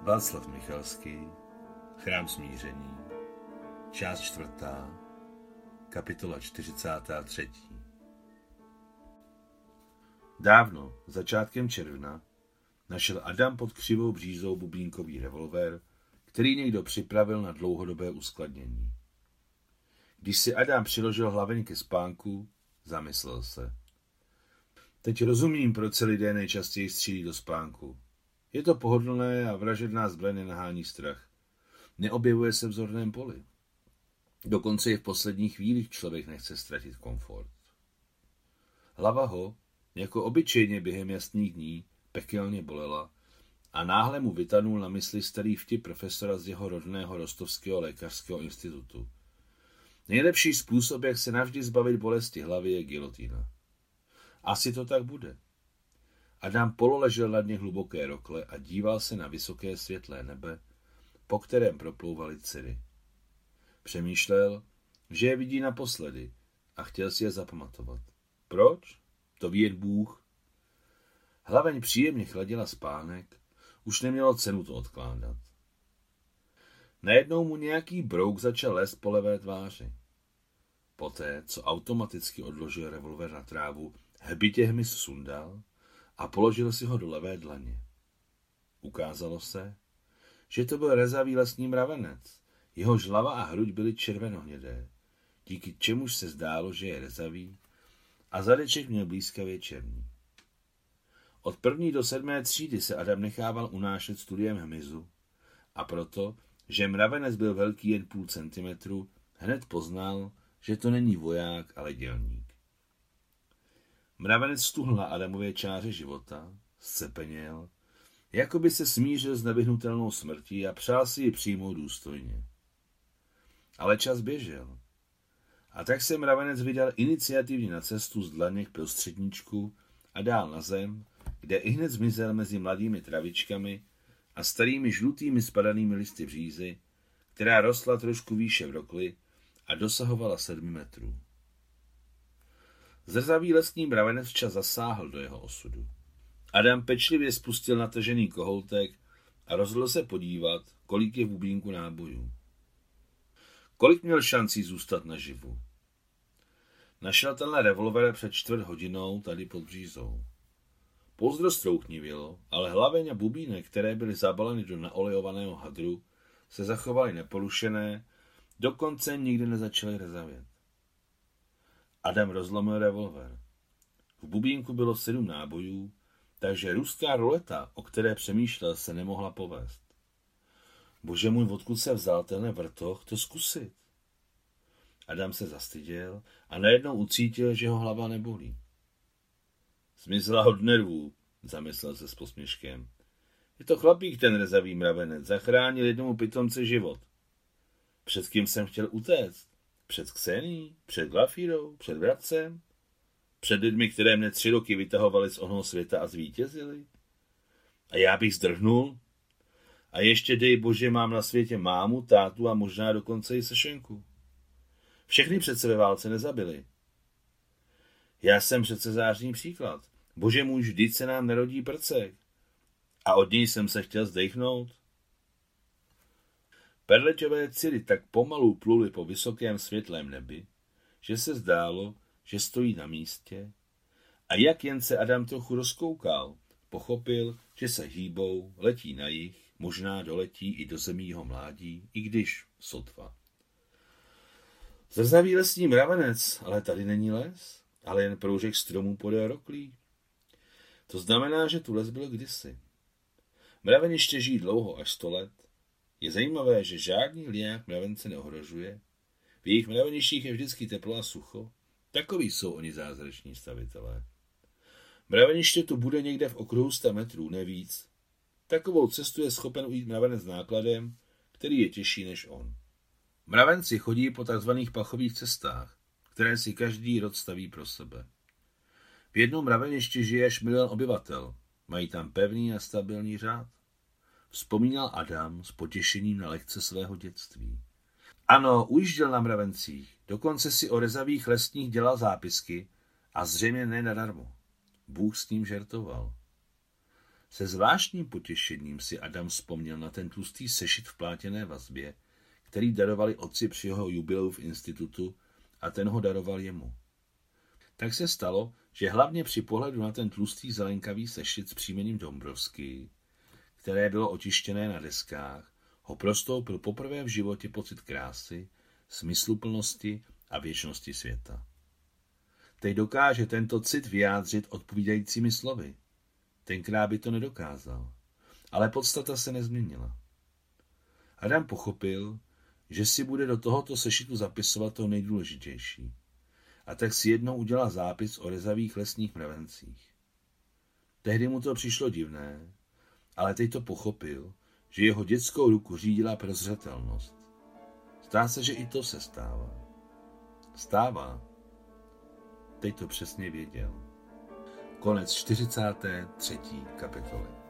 Václav Michalský, Chrám smíření, část 4, kapitola 43. Dávno, začátkem června, našel Adam pod křivou břízou bubínkový revolver, který někdo připravil na dlouhodobé uskladnění. Když si Adam přiložil hlaveň ke spánku, zamyslel se. Teď rozumím, proč se lidé nejčastěji střílí do spánku. Je to pohodlné a vražedná zbraň nenahání strach. Neobjevuje se v zorném poli. Dokonce i v posledních chvílích člověk nechce ztratit komfort. Hlava ho, jako obyčejně během jasných dní, pekelně bolela a náhle mu vytanul na mysli starý vtip profesora z jeho rodného Rostovského lékařského institutu. Nejlepší způsob, jak se navždy zbavit bolesti hlavy, je gilotína. Asi to tak bude. Adam pololežel na dně hluboké rokle a díval se na vysoké světlé nebe, po kterém proplouvaly dcery. Přemýšlel, že je vidí naposledy a chtěl si je zapamatovat. Proč? To ví jen Bůh. Hlaveň příjemně chladila spánek, už nemělo cenu to odkládat. Najednou mu nějaký brouk začal lézt po levé tváři. Poté, co automaticky odložil revolver na trávu, hbitě hmyz sundal a položil si ho do levé dlaně. Ukázalo se, že to byl rezavý lesní mravenec. Jehož hlava a hruď byly červenohnědé, díky čemuž se zdálo, že je rezavý, a zadeček měl blízkavě černý. Od 1. do 7. třídy se Adam nechával unášet studiem hmyzu a proto, že mravenec byl velký jen 0,5 centimetru, hned poznal, že to není voják, ale dělník. Mravenec stuhl na Adamově čáře života, zcepeněl, jako by se smířil s nevyhnutelnou smrtí a přál si ji přijmout důstojně. Ale čas běžel. A tak se mravenec vydal iniciativně na cestu z dlaně k prostředníčku a dál na zem, kde ihned zmizel mezi mladými travičkami a starými žlutými spadanými listy břízy, která rostla trošku výše v rokli a dosahovala 7 metrů. Zrzavý lesní mravenec včas zasáhl do jeho osudu. Adam pečlivě spustil natažený kohoutek a rozhodl se podívat, kolik je v bubínku nábojů. Kolik měl šancí zůstat naživu? Našel tenhle revolver před 4 hodinou tady pod břízou. Pouzdro strouchnivělo, ale hlaveň a bubínek, které byly zabaleny do naolejovaného hadru, se zachovaly neporušené, dokonce nikdy nezačaly rezavět. Adam rozlomil revolver. V bubínku bylo 7 nábojů, takže ruská ruleta, o které přemýšlel, se nemohla povést. Bože můj, odkud se vzal tenhle vrtoch to zkusit? Adam se zastyděl a najednou ucítil, že ho hlava nebolí. Zmizela od nervů, zamyslel se s posměškem. Je to chlapík, ten rezavý mravenec, zachránil jednomu pitomce život. Před kým jsem chtěl utéct? Před Ksenií? Před Glafírou? Před Vrabcem? Před lidmi, které mne 3 roky vytahovali z onoho světa a zvítězili? A já bych zdrhnul? A ještě dej bože, mám na světě mámu, tátu a možná dokonce i sešenku. Všechny přece ve válce nezabili. Já jsem přece zářný příklad. Bože můj, vždyť se nám nerodí prcek. A od něj jsem se chtěl zdechnout. Perleťové ciry tak pomalu pluly po vysokém světlém nebi, že se zdálo, že stojí na místě, a jak jen se Adam trochu rozkoukal, pochopil, že se hýbou, letí na jih, možná doletí i do zemí jeho mládí, i když sotva. Zrzavý lesní mravenec, ale tady není les, ale jen proužek stromů podél roklí. To znamená, že tu les byl kdysi. Mraveniště žijí dlouho, až 100 let. Je zajímavé, že žádný liák mravence neohrožuje. V jejich mraveništích je vždycky teplo a sucho. Takoví jsou oni zázrační stavitelé. Mraveniště tu bude někde v okruhu 100 metrů, ne víc. Takovou cestu je schopen ujít mravenec nákladem, který je těžší než on. Mravenci chodí po takzvaných pachových cestách, které si každý rod staví pro sebe. V jednom mraveništi žije až 1 000 000 obyvatel. Mají tam pevný a stabilní řád. Vzpomínal Adam s potěšením na lekce svého dětství. Ano, ujížděl na mravencích, dokonce si o rezavých lesních dělal zápisky a zřejmě ne nadarmo. Bůh s ním žertoval. Se zvláštním potěšením si Adam vzpomněl na ten tlustý sešit v plátěné vazbě, který darovali otci při jeho jubileu v institutu, a ten ho daroval jemu. Tak se stalo, že hlavně při pohledu na ten tlustý zelenkavý sešit s příjmením Dombrovský, které bylo otištěné na deskách, ho prostoupil poprvé v životě pocit krásy, smysluplnosti a věčnosti světa. Teď dokáže tento cit vyjádřit odpovídajícími slovy. Tenkrát by to nedokázal, ale podstata se nezměnila. Adam pochopil, že si bude do tohoto sešitu zapisovat to nejdůležitější, a tak si jednou udělal zápis o rezavých lesních mravencích. Tehdy mu to přišlo divné, ale teď to pochopil, že jeho dětskou ruku řídila prozřetelnost. Zdá se, že i to se stává. Stává. Teď to přesně věděl. Konec 43. kapitoly.